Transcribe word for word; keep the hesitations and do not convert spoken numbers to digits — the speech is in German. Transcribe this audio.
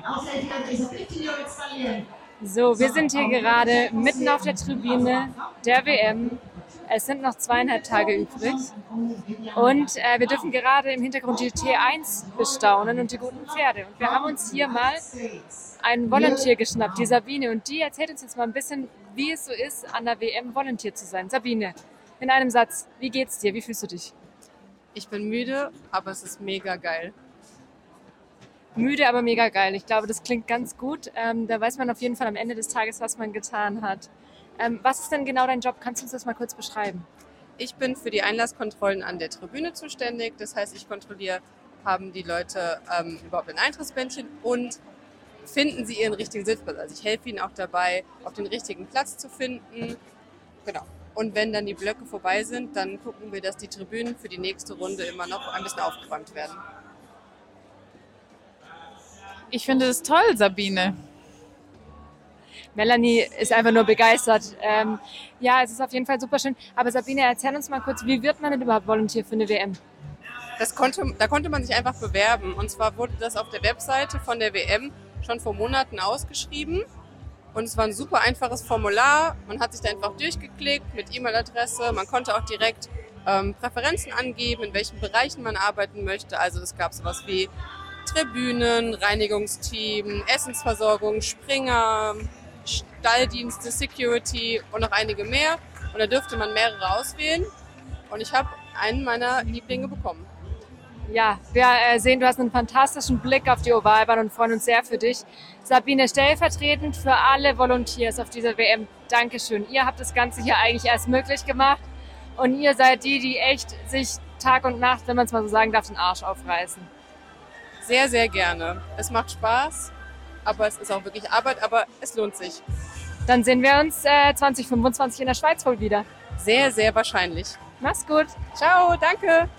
So, wir sind hier gerade mitten auf der Tribüne der W M. Es sind noch zweieinhalb Tage übrig und äh, wir dürfen gerade im Hintergrund die T eins bestaunen und die guten Pferde. Und wir haben uns hier mal einen Volunteer geschnappt, die Sabine, und die erzählt uns jetzt mal ein bisschen, wie es so ist, an der W M Volunteer zu sein. Sabine, in einem Satz, wie geht's dir? Wie fühlst du dich? Ich bin müde, aber es ist mega geil. Müde, aber mega geil. Ich glaube, das klingt ganz gut. Ähm, da weiß man auf jeden Fall am Ende des Tages, was man getan hat. Ähm, was ist denn genau dein Job? Kannst du uns das mal kurz beschreiben? Ich bin für die Einlasskontrollen an der Tribüne zuständig. Das heißt, ich kontrolliere, haben die Leute ähm, überhaupt ein Eintrittsbändchen und finden sie ihren richtigen Sitzplatz. Also ich helfe ihnen auch dabei, auf den richtigen Platz zu finden. Genau. Und wenn dann die Blöcke vorbei sind, dann gucken wir, dass die Tribünen für die nächste Runde immer noch ein bisschen aufgeräumt werden. Ich finde es toll, Sabine. Melanie ist einfach nur begeistert. Ähm, ja, es ist auf jeden Fall super schön. Aber Sabine, erzähl uns mal kurz, wie wird man denn überhaupt Volunteer für eine W M? Das konnte, da konnte man sich einfach bewerben. Und zwar wurde das auf der Webseite von der W M schon vor Monaten ausgeschrieben. Und es war ein super einfaches Formular. Man hat sich da einfach durchgeklickt mit E-Mail-Adresse. Man konnte auch direkt ähm, Präferenzen angeben, in welchen Bereichen man arbeiten möchte. Also es gab sowas wie Tribünen, Reinigungsteam, Essensversorgung, Springer, Stalldienste, Security und noch einige mehr. Und da dürfte man mehrere auswählen. Und ich habe einen meiner Lieblinge bekommen. Ja, wir äh, sehen, du hast einen fantastischen Blick auf die Ovalbahn und freuen uns sehr für dich. Sabine, stellvertretend für alle Volunteers auf dieser W M, Dankeschön. Ihr habt das Ganze hier eigentlich erst möglich gemacht. Und ihr seid die, die echt sich Tag und Nacht, wenn man es mal so sagen darf, den Arsch aufreißen. Sehr, sehr gerne. Es macht Spaß, aber es ist auch wirklich Arbeit, aber es lohnt sich. Dann sehen wir uns äh, zwanzig fünfundzwanzig in der Schweiz wohl wieder. Sehr, sehr wahrscheinlich. Mach's gut. Ciao, danke.